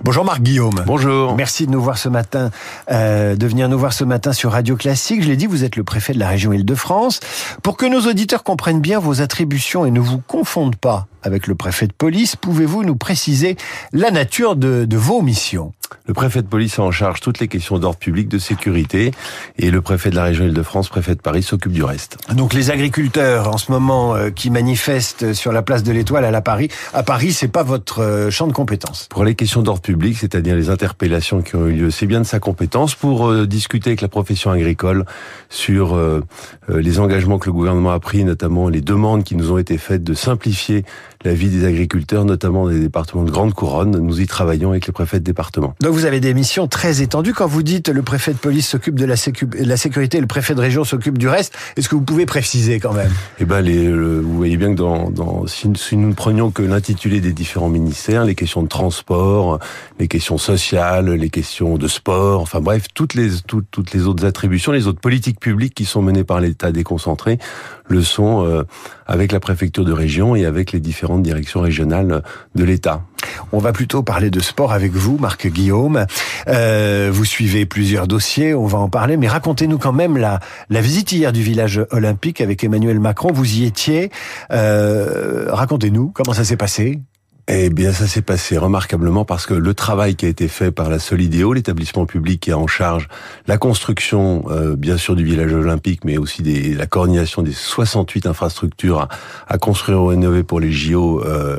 Bonjour Marc Guillaume. Bonjour. Merci de nous voir ce matin, de venir nous voir ce matin sur Radio Classique. Je l'ai dit, vous êtes le préfet de la région Île-de-France. Pour que nos auditeurs comprennent bien vos attributions et ne vous confondent pas avec le préfet de police, pouvez-vous nous préciser la nature de vos missions ? Le préfet de police a en charge toutes les questions d'ordre public, de sécurité, et le préfet de la région Île-de-France, préfet de Paris, s'occupe du reste. Donc les agriculteurs en ce moment qui manifestent sur la place de l'Étoile à Paris, c'est pas votre champ de compétence. Pour les questions d'ordre public, c'est-à-dire les interpellations qui ont eu lieu, c'est bien de sa compétence pour discuter avec la profession agricole sur les engagements que le gouvernement a pris, notamment les demandes qui nous ont été faites de simplifier la vie des agriculteurs, notamment des départements de Grande Couronne. Nous y travaillons avec les préfets de département. Donc vous avez des missions très étendues. Quand vous dites le préfet de police s'occupe de la sécurité, le préfet de région s'occupe du reste, est-ce que vous pouvez préciser quand même ? Eh ben, vous voyez bien que si nous ne prenions que l'intitulé des différents ministères, les questions de transport, les questions sociales, les questions de sport, enfin bref, toutes les autres attributions, les autres politiques publiques qui sont menées par l'État déconcentré le sont avec la préfecture de région et avec les différentes directions régionales de l'État. On va plutôt parler de sport avec vous, Marc Guillaume. Vous suivez plusieurs dossiers, on va en parler, mais racontez-nous quand même la visite hier du village olympique avec Emmanuel Macron. Vous y étiez. Racontez-nous comment ça s'est passé. Eh bien, ça s'est passé remarquablement parce que le travail qui a été fait par la Solidéo, l'établissement public qui a en charge la construction, bien sûr, du village olympique, mais aussi la coordination des 68 infrastructures à construire ou rénover pour les JO.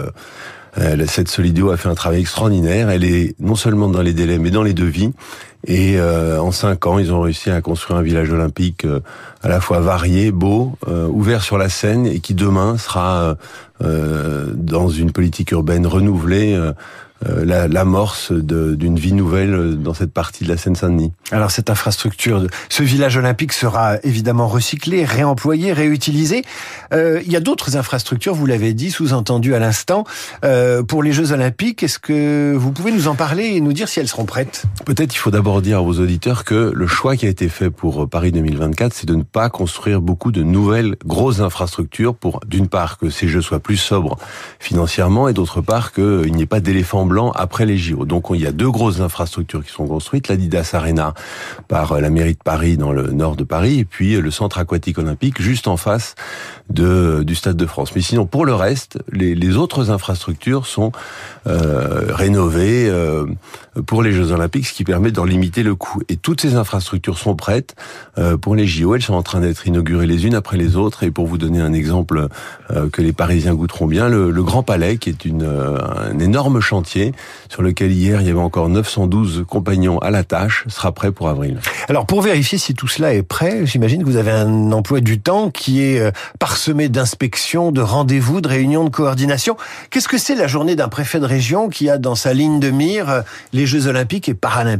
Cette Solidéo a fait un travail extraordinaire. Elle est non seulement dans les délais, mais dans les devis. Et en 5 ans, ils ont réussi à construire un village olympique à la fois varié, beau, ouvert sur la Seine, et qui demain sera dans une politique urbaine renouvelée, l'amorce d'une vie nouvelle dans cette partie de la Seine-Saint-Denis. Alors cette infrastructure, ce village olympique sera évidemment recyclé, réemployé, réutilisé. Il y a d'autres infrastructures, vous l'avez dit, sous-entendu à l'instant, pour les Jeux Olympiques. Est-ce que vous pouvez nous en parler et nous dire si elles seront prêtes ? Peut-être il faut d'abord dire à vos auditeurs que le choix qui a été fait pour Paris 2024, c'est de ne pas construire beaucoup de nouvelles grosses infrastructures pour, d'une part, que ces Jeux soient plus sobres financièrement et d'autre part, qu'il n'y ait pas d'éléphant blanc après les JO. Donc il y a 2 grosses infrastructures qui sont construites, l'Adidas Arena par la mairie de Paris dans le nord de Paris et puis le centre aquatique olympique juste en face du Stade de France. Mais sinon pour le reste, les autres infrastructures sont rénovées pour les Jeux Olympiques, ce qui permet d'en limiter le coût. Et toutes ces infrastructures sont prêtes pour les JO. Elles sont en train d'être inaugurées les unes après les autres. Et pour vous donner un exemple que les Parisiens goûteront bien, le Grand Palais, qui est un énorme chantier sur lequel hier il y avait encore 912 compagnons à la tâche, sera prêt pour avril. Alors pour vérifier si tout cela est prêt, j'imagine que vous avez un emploi du temps qui est parsemé d'inspections, de rendez-vous, de réunions de coordination. Qu'est-ce que c'est la journée d'un préfet de région qui a dans sa ligne de mire les Jeux Olympiques et Paralympiques ?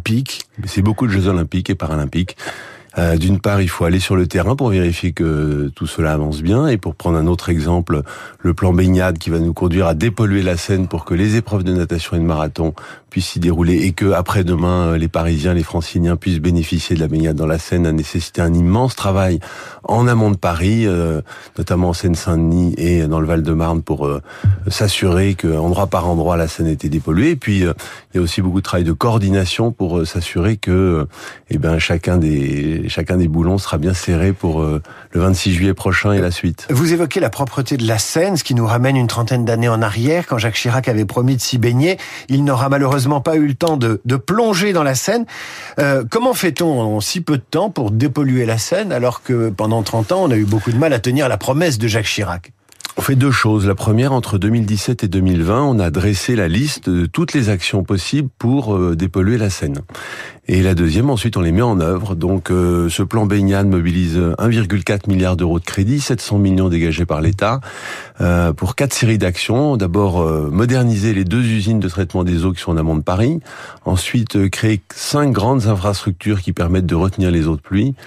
C'est beaucoup de Jeux Olympiques et Paralympiques. D'une part, il faut aller sur le terrain pour vérifier que tout cela avance bien. Et pour prendre un autre exemple, le plan baignade qui va nous conduire à dépolluer la Seine pour que les épreuves de natation et de marathon puissent s'y dérouler et que après-demain, les Parisiens, les Franciliens puissent bénéficier de la baignade dans la Seine a nécessité un immense travail en amont de Paris, notamment en Seine-Saint-Denis et dans le Val-de-Marne pour s'assurer qu'endroit par endroit la Seine était dépolluée. Et puis, il y a aussi beaucoup de travail de coordination pour s'assurer que chacun des boulons sera bien serré pour le 26 juillet prochain et la suite. Vous évoquez la propreté de la Seine, ce qui nous ramène une trentaine d'années en arrière, quand Jacques Chirac avait promis de s'y baigner. Il n'aura malheureusement pas eu le temps de plonger dans la Seine. Comment fait-on en si peu de temps pour dépolluer la Seine, alors que pendant 30 ans, on a eu beaucoup de mal à tenir la promesse de Jacques Chirac ? On fait 2 choses. La première, entre 2017 et 2020, on a dressé la liste de toutes les actions possibles pour dépolluer la Seine. Et la deuxième, ensuite, on les met en œuvre. Donc, ce plan baignade mobilise 1,4 milliard d'euros de crédit, 700 millions dégagés par l'État, pour 4 séries d'actions. D'abord, moderniser les 2 usines de traitement des eaux qui sont en amont de Paris. Ensuite, créer 5 grandes infrastructures qui permettent de retenir les eaux de pluie.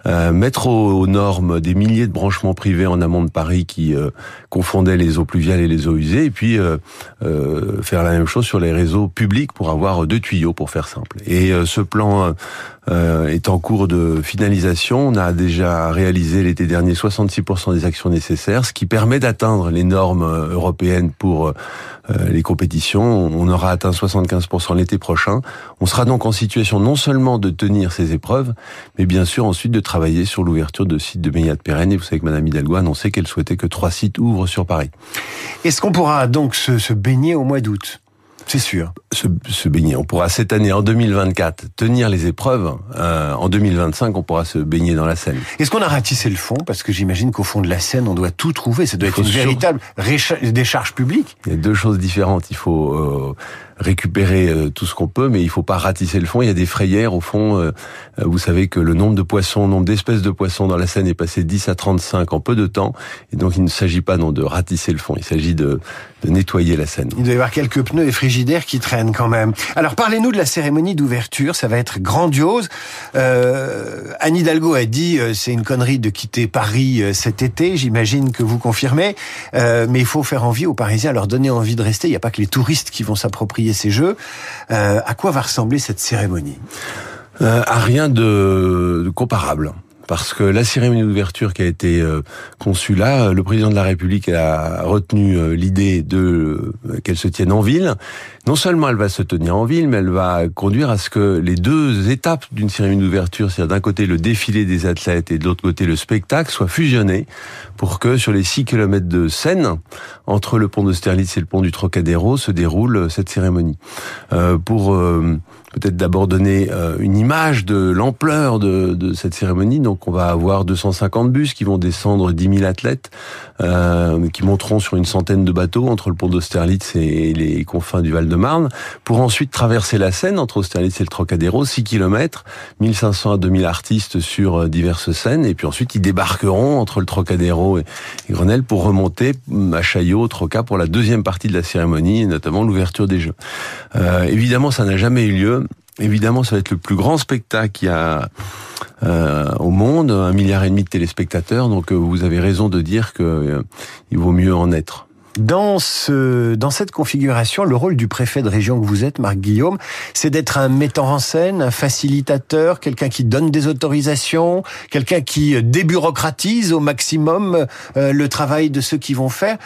mettre aux normes des milliers de branchements privés en amont de Paris qui confondaient les eaux pluviales et les eaux usées, et puis faire la même chose sur les réseaux publics pour avoir 2 tuyaux, pour faire simple. Et ce plan est en cours de finalisation. On a déjà réalisé l'été dernier 66% des actions nécessaires, ce qui permet d'atteindre les normes européennes pour les compétitions. On aura atteint 75% l'été prochain. On sera donc en situation non seulement de tenir ces épreuves, mais bien sûr ensuite de travailler sur l'ouverture de sites de baignade pérennes. Et vous savez que Madame Hidalgo a annoncé qu'elle souhaitait que 3 sites ouvrent sur Paris. Est-ce qu'on pourra donc se baigner au mois d'août ? C'est sûr. Se baigner. On pourra cette année, en 2024, tenir les épreuves. En 2025, on pourra se baigner dans la Seine. Est-ce qu'on a ratissé le fond ? Parce que j'imagine qu'au fond de la Seine, on doit tout trouver. Ça doit être une véritable décharge publique. Il y a 2 choses différentes. Il faut récupérer tout ce qu'on peut, mais il faut pas ratisser le fond. Il y a des frayères au fond. Vous savez que le nombre d'espèces de poissons dans la Seine est passé de 10 à 35 en peu de temps. Et donc, il ne s'agit pas de ratisser le fond. Il s'agit de nettoyer la Seine. Il doit y avoir quelques pneus et frigidaires qui traînent quand même. Alors, parlez-nous de la cérémonie d'ouverture. Ça va être grandiose. Anne Hidalgo a dit c'est une connerie de quitter Paris cet été. J'imagine que vous confirmez. Mais il faut faire envie aux Parisiens, leur donner envie de rester. Il n'y a pas que les touristes qui vont s'approprier ces jeux. À quoi va ressembler cette cérémonie ? À rien de comparable. Parce que la cérémonie d'ouverture qui a été conçue là, le président de la République a retenu l'idée qu'elle se tienne en ville. Non seulement elle va se tenir en ville, mais elle va conduire à ce que les 2 étapes d'une cérémonie d'ouverture, c'est-à-dire d'un côté le défilé des athlètes et de l'autre côté le spectacle, soient fusionnés pour que sur les 6 kilomètres de Seine, entre le pont d'Austerlitz et le pont du Trocadéro, se déroule cette cérémonie. Pour peut-être d'abord donner une image de l'ampleur de cette cérémonie. Donc on va avoir 250 bus qui vont descendre 10 000 athlètes, qui monteront sur une centaine de bateaux entre le pont d'Austerlitz et les confins du Val-de-Marne, pour ensuite traverser la Seine entre Austerlitz et le Trocadéro, 6 kilomètres, 1500 à 2000 artistes sur diverses scènes, et puis ensuite ils débarqueront entre le Trocadéro et Grenelle pour remonter à Chaillot, Troca, pour la deuxième partie de la cérémonie, et notamment l'ouverture des Jeux. Évidemment, ça n'a jamais eu lieu. Évidemment, ça va être le plus grand spectacle qu'il y a au monde, 1,5 milliard de téléspectateurs, donc vous avez raison de dire que il vaut mieux en être. Dans cette configuration, le rôle du préfet de région que vous êtes, Marc Guillaume, c'est d'être un metteur en scène, un facilitateur, quelqu'un qui donne des autorisations, quelqu'un qui débureaucratise au maximum le travail de ceux qui vont faire.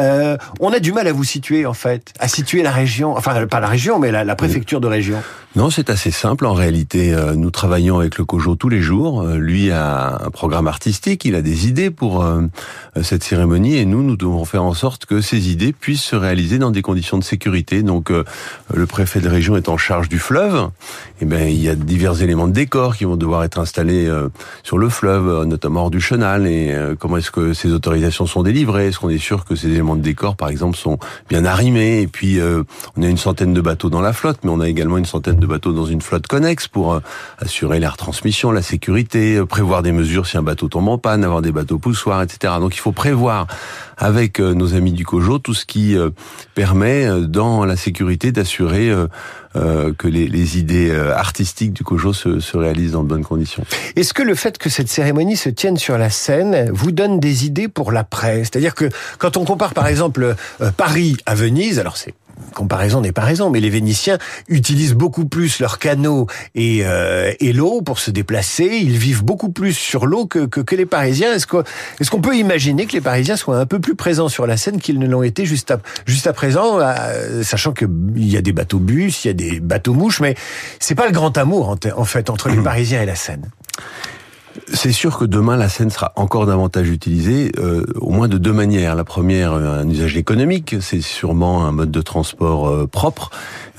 On a du mal à vous situer, en fait, à situer la région, enfin pas la région, mais la préfecture de région. Non, c'est assez simple. En réalité, nous travaillons avec le COJO tous les jours. Lui a un programme artistique, il a des idées pour cette cérémonie, et nous devons faire en sorte que ces idées puissent se réaliser dans des conditions de sécurité. Donc, le préfet de région est en charge du fleuve. Et ben, il y a divers éléments de décor qui vont devoir être installés sur le fleuve, notamment hors du chenal. Et comment est-ce que ces autorisations sont délivrées ? Est-ce qu'on est sûr que ces éléments de décor, par exemple, sont bien arrimés ? Et puis, on a une centaine de bateaux dans la flotte, mais on a également une centaine de bateaux dans une flotte connexe pour assurer la retransmission, la sécurité, prévoir des mesures si un bateau tombe en panne, avoir des bateaux poussoirs, etc. Donc il faut prévoir avec nos amis du COJO tout ce qui permet dans la sécurité d'assurer que les idées artistiques du COJO se réalisent dans de bonnes conditions. Est-ce que le fait que cette cérémonie se tienne sur la Seine vous donne des idées pour l'après ? C'est-à-dire que quand on compare par exemple Paris à Venise, alors c'est comparaison n'est pas raison, mais les Vénitiens utilisent beaucoup plus leurs canaux et l'eau pour se déplacer. Ils vivent beaucoup plus sur l'eau que les Parisiens. Est-ce qu'on peut imaginer que les Parisiens soient un peu plus présents sur la Seine qu'ils ne l'ont été juste à présent, sachant qu'il y a des bateaux-bus, il y a des bateaux-mouches, mais c'est pas le grand amour en fait entre les Parisiens et la Seine. C'est sûr que demain, la Seine sera encore davantage utilisée, au moins de 2 manières. La première, un usage économique, c'est sûrement un mode de transport propre.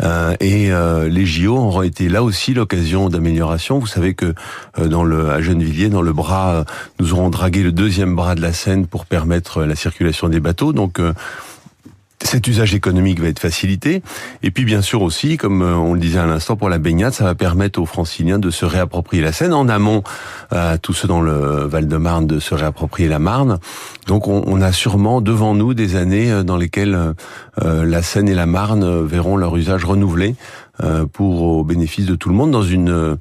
Et les JO auront été là aussi l'occasion d'amélioration. Vous savez que à Gennevilliers, dans le bras, nous aurons dragué le 2e bras de la Seine pour permettre la circulation des bateaux. Donc Cet usage économique va être facilité. Et puis bien sûr aussi, comme on le disait à l'instant, pour la baignade, ça va permettre aux Franciliens de se réapproprier la Seine. En amont, à tous ceux dans le Val-de-Marne de se réapproprier la Marne. Donc on a sûrement devant nous des années dans lesquelles la Seine et la Marne verront leur usage renouvelé pour au bénéfice de tout le monde dans une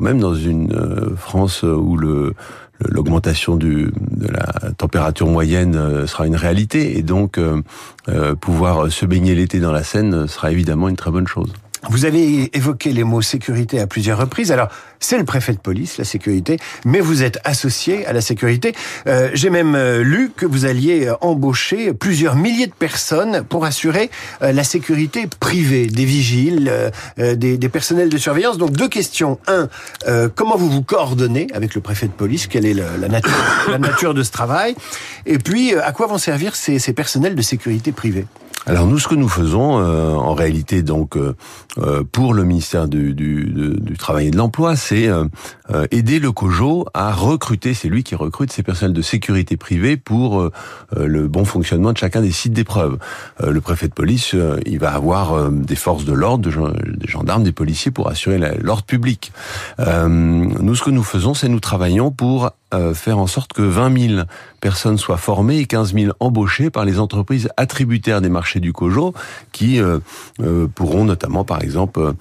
France où l'augmentation de la température moyenne sera une réalité et donc pouvoir se baigner l'été dans la Seine sera évidemment une très bonne chose. Vous avez évoqué les mots sécurité à plusieurs reprises. Alors, c'est le préfet de police, la sécurité, mais vous êtes associé à la sécurité. J'ai même lu que vous alliez embaucher plusieurs milliers de personnes pour assurer la sécurité privée, des vigiles, des personnels de surveillance. Donc, 2 questions. 1, comment vous vous coordonnez avec le préfet de police? Quelle est la nature de ce travail? Et puis, à quoi vont servir ces personnels de sécurité privée? Alors nous, ce que nous faisons, en réalité, donc pour le ministère du Travail et de l'Emploi, c'est aider le COJO à recruter. C'est lui qui recrute ces personnels de sécurité privée pour le bon fonctionnement de chacun des sites d'épreuve. Le préfet de police, il va avoir des forces de l'ordre, des gendarmes, des policiers pour assurer l'ordre public. Nous, ce que nous faisons, c'est nous travaillons pour faire en sorte que 20 000 personnes soient formées et 15 000 embauchées par les entreprises attributaires des marchés du COJO qui pourront notamment, par exemple,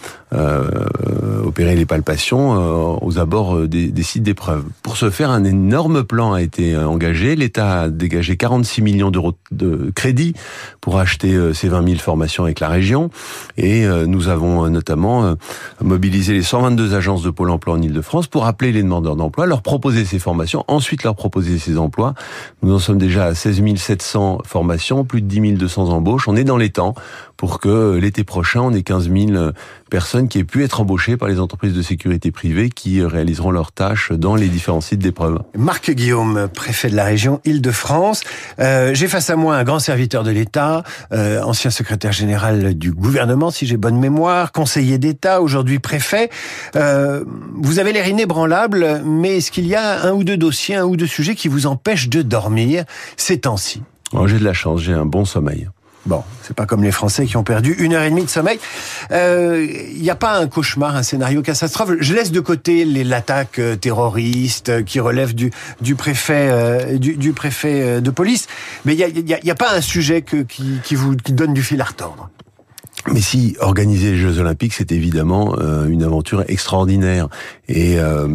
opérer les palpations aux abords des sites d'épreuve. Pour ce faire, un énorme plan a été engagé. L'État a dégagé 46 millions d'euros de crédit pour acheter ces 20 000 formations avec la région. Et nous avons notamment mobilisé les 122 agences de Pôle emploi en Ile-de-France pour appeler les demandeurs d'emploi, leur proposer ces formations, ensuite leur proposer ces emplois. Nous en sommes déjà à 16 700 formations, plus de 10 200 embauches. On est dans les temps pour que l'été prochain, on ait 15 000 personnes qui aient pu être embauchées par les entreprises de sécurité privée qui réaliseront leurs tâches dans les différents sites d'épreuve. Marc Guillaume, préfet de la région Île-de-France. J'ai face à moi un grand serviteur de l'État, ancien secrétaire général du gouvernement, si j'ai bonne mémoire, conseiller d'État, aujourd'hui préfet. Vous avez l'air inébranlable, mais est-ce qu'il y a un ou deux dossiers, un ou deux sujets qui vous empêchent de dormir ces temps-ci? Oh, j'ai de la chance, j'ai un bon sommeil. Bon, c'est pas comme les Français qui ont perdu 1h30 de sommeil. Il n'y a pas un cauchemar, un scénario catastrophe. Je laisse de côté l'attaque terroriste qui relève du préfet de police, mais il y a pas un sujet qui donne du fil à retordre. Mais si organiser les Jeux Olympiques, c'est évidemment une aventure extraordinaire et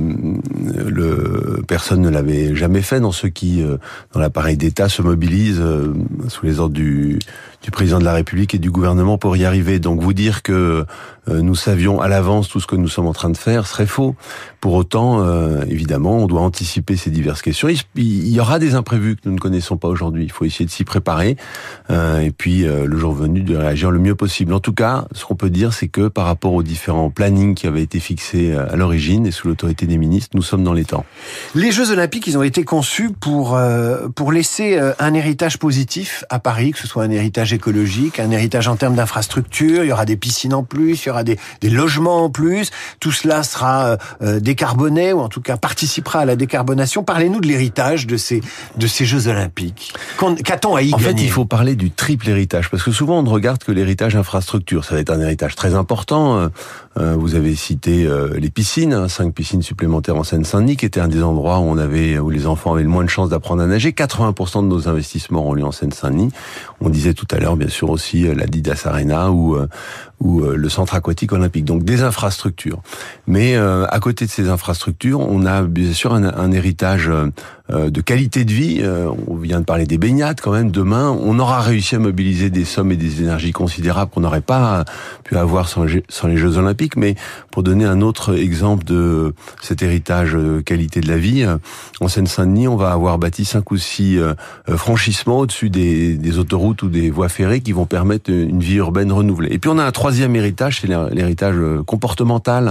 personne ne l'avait jamais fait dans ceux qui, dans l'appareil d'État, se mobilisent sous les ordres du président de la République et du gouvernement pour y arriver. Donc vous dire que nous savions à l'avance tout ce que nous sommes en train de faire serait faux. Pour autant, évidemment, on doit anticiper ces diverses questions. Il y aura des imprévus que nous ne connaissons pas aujourd'hui. Il faut essayer de s'y préparer et puis le jour venu de réagir le mieux possible. En tout cas, ce qu'on peut dire, c'est que par rapport aux différents plannings qui avaient été fixés à l'origine et sous l'autorité des ministres, nous sommes dans les temps. Les Jeux Olympiques, ils ont été conçus pour laisser un héritage positif à Paris, que ce soit un héritage écologique, un héritage en termes d'infrastructures. Il y aura des piscines en plus, il y aura des logements en plus. Tout cela sera décarboné, ou en tout cas participera à la décarbonation. Parlez-nous de l'héritage de ces Jeux Olympiques. Qu'a-t-on à y gagner ? En fait, il faut parler du triple héritage, parce que souvent on ne regarde que l'héritage infrastructure. Ça va être un héritage très important. Vous avez cité les piscines, 5 piscines supplémentaires en Seine-Saint-Denis, qui étaient un des endroits où les enfants avaient le moins de chances d'apprendre à nager. 80% de nos investissements ont lieu en Seine-Saint-Denis. On disait tout à l'heure, bien sûr, aussi l'Adidas Arena ou le centre aquatique olympique. Donc des infrastructures. Mais à côté de ces infrastructures, on a bien sûr un héritage de qualité de vie. On vient de parler des baignades quand même. Demain, on aura réussi à mobiliser des sommes et des énergies considérables qu'on n'aurait pas pu avoir sans les Jeux Olympiques. Mais pour donner un autre exemple de cet héritage qualité de la vie, en Seine-Saint-Denis, on va avoir bâti 5 ou 6 franchissements au-dessus des autoroutes ou des voies ferrées qui vont permettre une vie urbaine renouvelée. Et puis on a un troisième héritage, c'est l'héritage comportemental.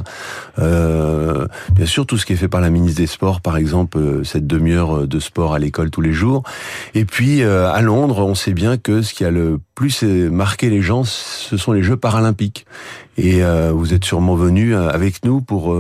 Bien sûr, tout ce qui est fait par la ministre des Sports, par exemple, cette demi-heure de sport à l'école tous les jours. Et puis à Londres, on sait bien que ce qui a le plus marqué les gens, ce sont les Jeux paralympiques. Et vous êtes sûrement venus avec nous pour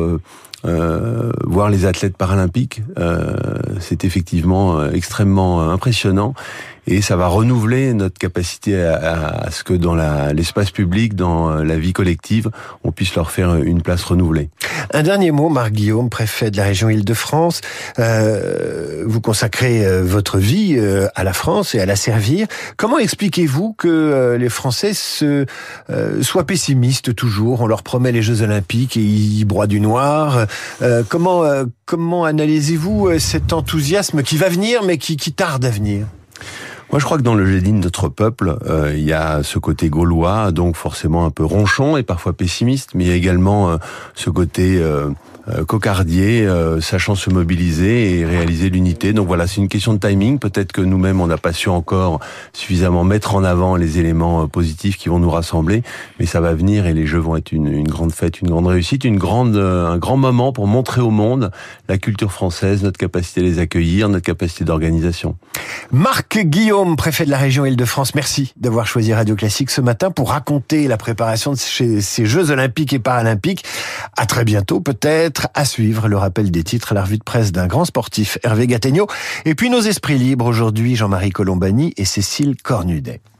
voir les athlètes paralympiques. C'est effectivement extrêmement impressionnant. Et ça va renouveler notre capacité à ce que dans l'espace public, dans la vie collective, on puisse leur faire une place renouvelée. Un dernier mot, Marc Guillaume, préfet de la région Île-de-France. Vous consacrez votre vie à la France et à la servir. Comment expliquez-vous que les Français soient pessimistes toujours? On leur promet les Jeux Olympiques et ils broient du noir. Comment analysez-vous cet enthousiasme qui va venir mais qui tarde à venir? Moi, je crois que dans le génie de notre peuple, il y a ce côté gaulois, donc forcément un peu ronchon et parfois pessimiste, mais il y a également ce côté cocardier, sachant se mobiliser et réaliser l'unité. Donc voilà, c'est une question de timing. Peut-être que nous-mêmes, on n'a pas su encore suffisamment mettre en avant les éléments positifs qui vont nous rassembler, mais ça va venir et les Jeux vont être une grande fête, une grande réussite, un grand moment pour montrer au monde la culture française, notre capacité à les accueillir, notre capacité d'organisation. Marc Guillaume, préfet de la région Île-de-France, merci d'avoir choisi Radio Classique ce matin pour raconter la préparation de ces Jeux Olympiques et Paralympiques. À très bientôt, peut-être. À suivre le rappel des titres, la revue de presse d'un grand sportif, Hervé Gattegno. Et puis nos esprits libres aujourd'hui, Jean-Marie Colombani et Cécile Cornudet.